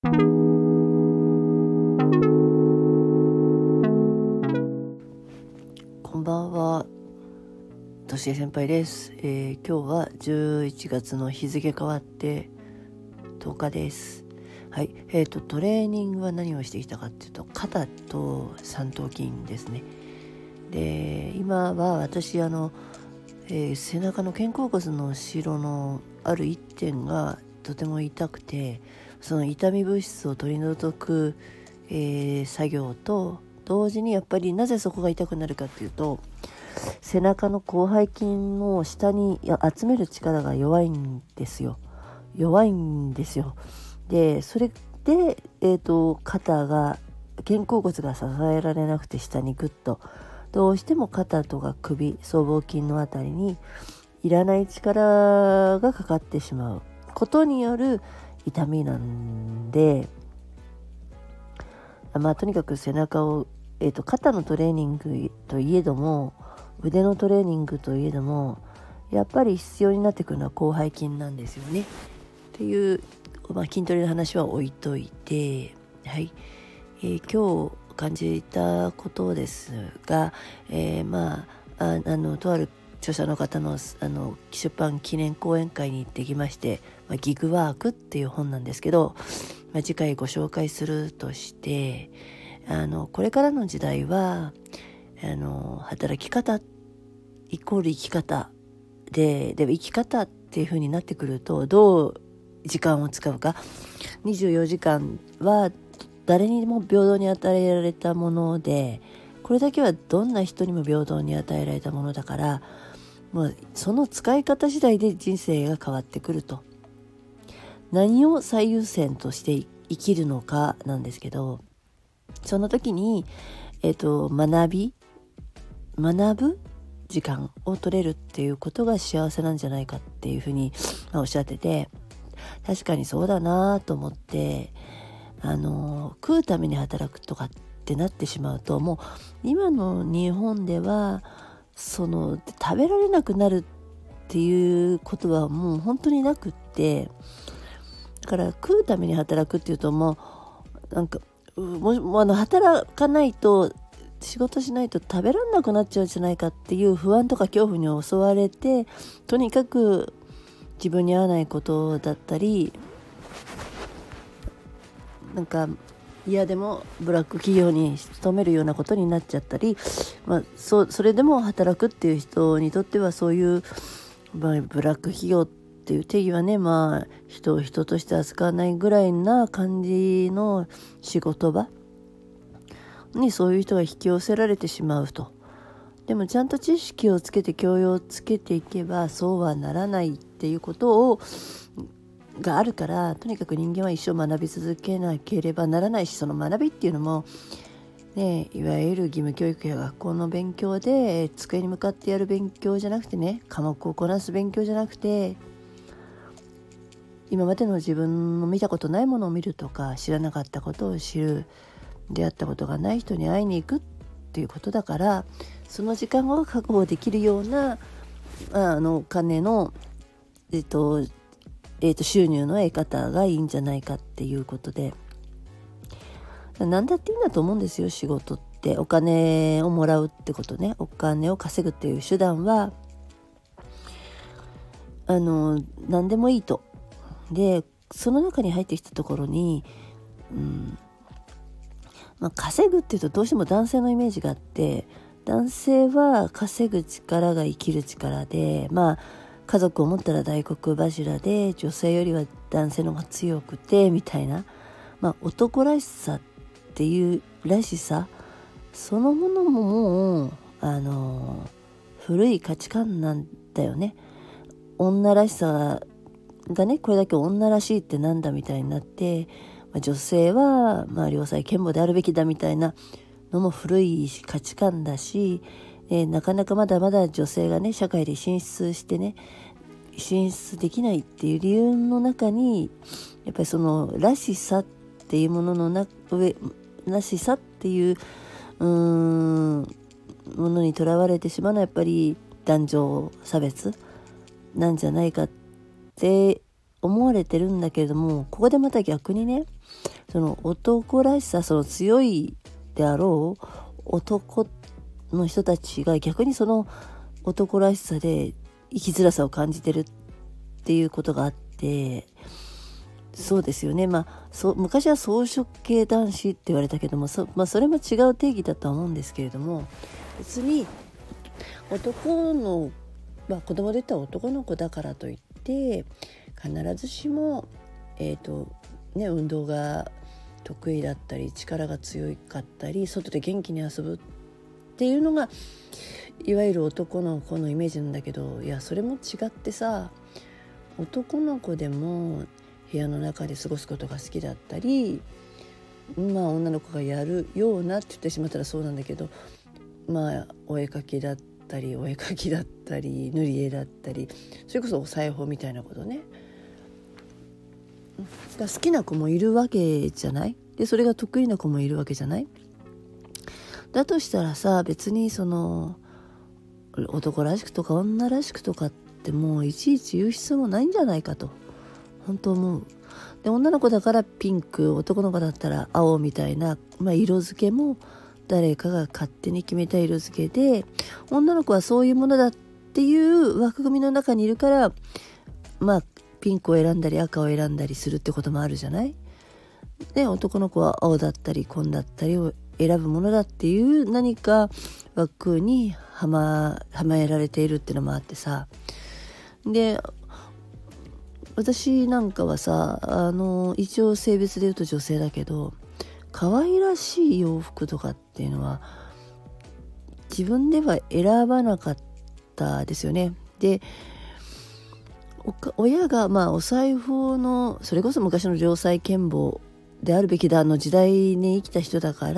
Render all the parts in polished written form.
こんばんは、としえ先輩です。今日は11月の日付変わって10日です。はい。トレーニングは何をしてきたかっていうと、肩と三頭筋ですね。で、今は私背中の肩甲骨の後ろのある一点がとても痛くて、その痛み物質を取り除く、作業と同時に、やっぱりなぜそこが痛くなるかっていうと、背中の広背筋の下に集める力が弱いんですよ。で、それで、肩が肩甲骨が支えられなくて、下にグッとどうしても肩とか首、僧帽筋のあたりにいらない力がかかってしまうことによる痛みなんで、とにかく背中を、肩のトレーニングといえども、腕のトレーニングといえども、やっぱり必要になってくるのは広背筋なんですよね。っていう、筋トレの話は置いといて、はい。今日感じたことですが、とある著者の方の出版記念講演会に行ってきまして、ギグワークっていう本なんですけど、次回ご紹介するとして、これからの時代は働き方イコール生き方で生き方っていう風になってくると、どう時間を使うか。24時間は誰にも平等に与えられたもので、これだけはどんな人にも平等に与えられたものだから、その使い方次第で人生が変わってくると。何を最優先として生きるのかなんですけど、その時に、学ぶ時間を取れるっていうことが幸せなんじゃないかっていうふうにおっしゃってて、確かにそうだなと思って、食うために働くとかってなってしまうと、もう今の日本では食べられなくなるっていうことはもう本当になくって、だから食うために働くっていうと、もう働かないと、仕事しないと食べられなくなっちゃうんじゃないかっていう不安とか恐怖に襲われて、とにかく自分に合わないことだったり、嫌でもブラック企業に勤めるようなことになっちゃったり、それでも働くっていう人にとっては、そういう、ブラック企業っていう定義はね、人を人として扱わないぐらいな感じの仕事場にそういう人が引き寄せられてしまうと。でもちゃんと知識をつけて教養をつけていけばそうはならないっていうことがあるから、とにかく人間は一生学び続けなければならないし、その学びっていうのもね、いわゆる義務教育や学校の勉強で机に向かってやる勉強じゃなくてね、科目をこなす勉強じゃなくて、今までの自分の見たことないものを見るとか、知らなかったことを知る、出会ったことがない人に会いに行くっていうことだから、その時間を確保できるようなお金の収入の得方がいいんじゃないかっていうことで、何だっていいんだと思うんですよ。仕事ってお金をもらうってことね、お金を稼ぐっていう手段は何でもいいと。で、その中に入ってきたところに、稼ぐっていうとどうしても男性のイメージがあって、男性は稼ぐ力が生きる力で、家族を持ったら大黒柱で、女性よりは男性の方が強くてみたいな、男らしさっていうらしさそのものももう古い価値観なんだよね。女らしさがね、これだけ女らしいってなんだみたいになって、女性は良妻賢母であるべきだみたいなのも古い価値観だし、なかなかまだまだ女性がね、社会で進出できないっていう理由の中に、やっぱりそのらしさっていうもののらしさっていうものにとらわれてしまうのは、やっぱり男女差別なんじゃないかって思われてるんだけれども、ここでまた逆にね、 その男らしさ、その強いであろう男の人たちが逆にその男らしさで生きづらさを感じてるっていうことがあって、そうですよね。昔は草食系男子って言われたけども、それも違う定義だとは思うんですけれども、別に男の、子供で言ったら男の子だからといって必ずしも運動が得意だったり力が強かったり外で元気に遊ぶっていうのがいわゆる男の子のイメージなんだけど、いやそれも違ってさ、男の子でも部屋の中で過ごすことが好きだったり、女の子がやるようなって言ってしまったらそうなんだけど、お絵描きだったり塗り絵だったり、それこそお裁縫みたいなことね好きな子もいるわけじゃない。でそれが得意な子もいるわけじゃない。だとしたらさ、別にその男らしくとか女らしくとかってもういちいち言う必要もないんじゃないかと本当思う。で女の子だからピンク、男の子だったら青みたいな、色付けも誰かが勝手に決めた色付けで、女の子はそういうものだっていう枠組みの中にいるから、ピンクを選んだり赤を選んだりするってこともあるじゃない。で男の子は青だったり紺だったりを選ぶものだっていう何か枠にはめられているっていうのもあってさ。で私なんかはさ、一応性別で言うと女性だけど、可愛らしい洋服とかっていうのは自分では選ばなかったですよね。で親がお裁縫のそれこそ昔の良妻賢母であるべきだの時代に生きた人だから、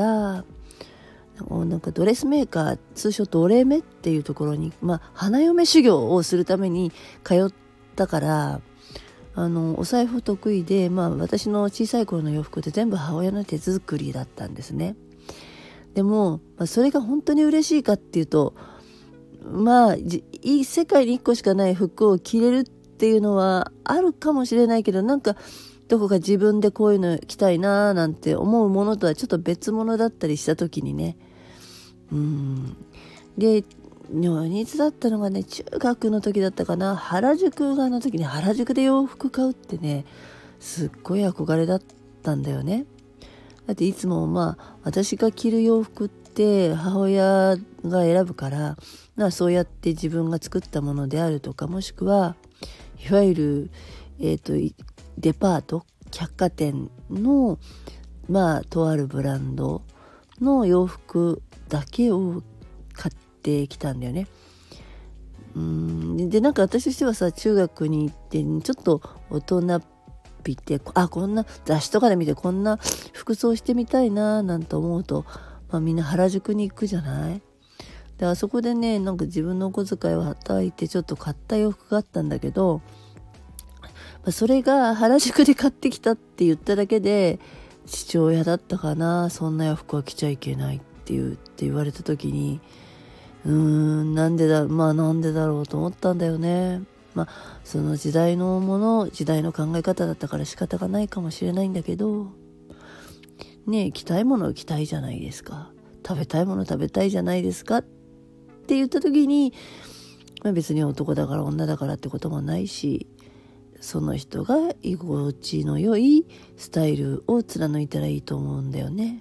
なんかドレスメーカー、通称ドレメっていうところに、花嫁修行をするために通ったから、お裁縫得意で、私の小さい頃の洋服って全部母親の手作りだったんですね。でも、それが本当に嬉しいかっていうと、世界に1個しかない服を着れるっていうのはあるかもしれないけど、なんかどこか自分でこういうの着たいななんて思うものとはちょっと別物だったりした時にね、で如実だったのがね、中学の時だったかな、原宿が時に原宿で洋服買うってね、すっごい憧れだったんだよね。だっていつも私が着る洋服って母親が選ぶから、そうやって自分が作ったものであるとか、もしくはいわゆるデパート百貨店のとあるブランドの洋服だけを買ってきたんだよね。でなんか私としてはさ、中学に行ってちょっと大人びて、こんな雑誌とかで見てこんな服装してみたいななんて思うと、みんな原宿に行くじゃない。であそこでね、なんか自分のお小遣いをはたいてちょっと買った洋服があったんだけど、それが原宿で買ってきたって言っただけで、父親だったかな、そんな洋服は着ちゃいけないって言われた時に、なんでだろうと思ったんだよね。その時代の考え方だったから仕方がないかもしれないんだけどね、着たいものを着たいじゃないですか、食べたいもの食べたいじゃないですかって言った時に、別に男だから女だからってこともないし、その人が居心地の良いスタイルを貫いたらいいと思うんだよね。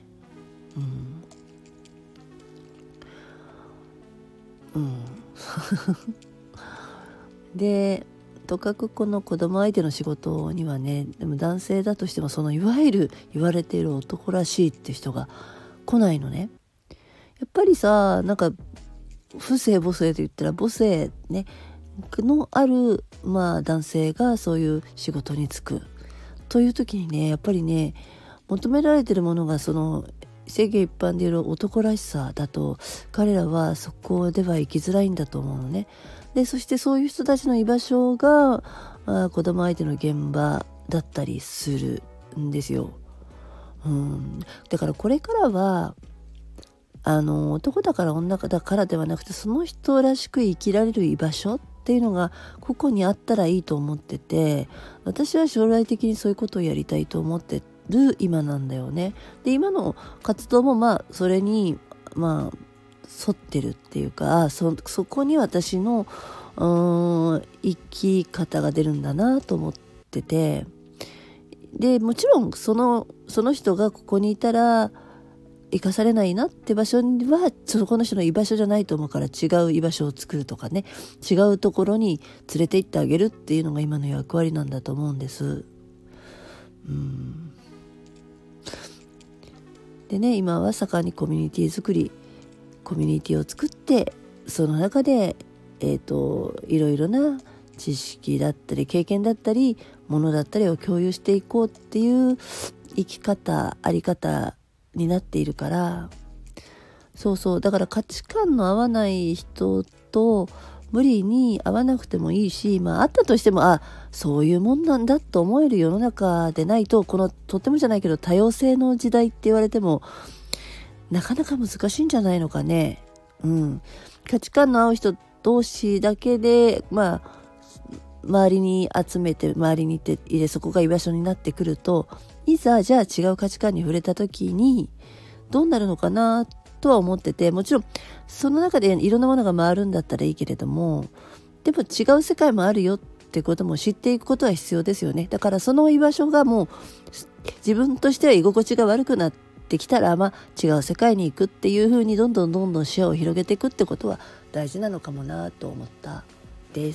でとかくこの子供相手の仕事にはね、でも男性だとしてもそのいわゆる言われている男らしいって人が来ないのね。やっぱりさ、なんか父性母性と言ったら母性ねのある男性がそういう仕事に就くという時にね、やっぱりね求められているものがその世間一般でいう男らしさだと、彼らはそこでは生きづらいんだと思うのね。でそしてそういう人たちの居場所が、子供相手の現場だったりするんですよ。だからこれからは男だから女だからではなくて、その人らしく生きられる居場所っていうのがここにあったらいいと思ってて、私は将来的にそういうことをやりたいと思ってる今なんだよね。で今の活動もそれに沿ってるっていうか、そこに私の生き方が出るんだなと思ってて、でもちろんその人がここにいたら生かされないなって場所にはそこの人の居場所じゃないと思うから、違う居場所を作るとかね、違うところに連れて行ってあげるっていうのが今の役割なんだと思うんです。でね、今は盛んにコミュニティ作り、コミュニティを作って、その中でいろいろな知識だったり経験だったりものだったりを共有していこうっていう生き方、あり方になっているから、だから価値観の合わない人と無理に会わなくてもいいし、会ったとしてもそういうもんなんだと思える世の中でないと、このとってもじゃないけど多様性の時代って言われてもなかなか難しいんじゃないのかね。価値観の合う人同士だけで周りに集めて、周りにいてそこが居場所になってくると、いざじゃあ違う価値観に触れた時にどうなるのかなとは思ってて、もちろんその中でいろんなものが回るんだったらいいけれども、でも違う世界もあるよってことも知っていくことは必要ですよね。だからその居場所がもう自分としては居心地が悪くなってきたら、違う世界に行くっていう風にどんどん視野を広げていくってことは大事なのかもなと思ったです。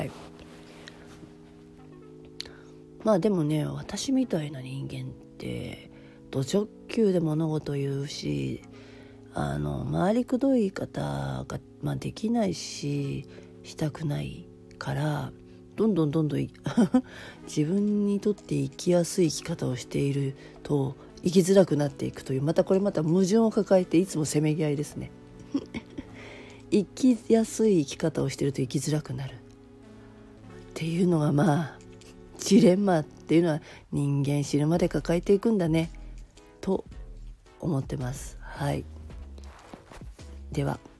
でもね、私みたいな人間ってド直球で物事を言うし、回りくどい言い方が、できないししたくないから、どんどん自分にとって生きやすい生き方をしていると生きづらくなっていくという、これ矛盾を抱えていつもせめぎ合いですね。生きやすい生き方をしていると生きづらくなるっていうのがジレンマっていうのは人間死ぬまで抱えていくんだねと思ってます。では。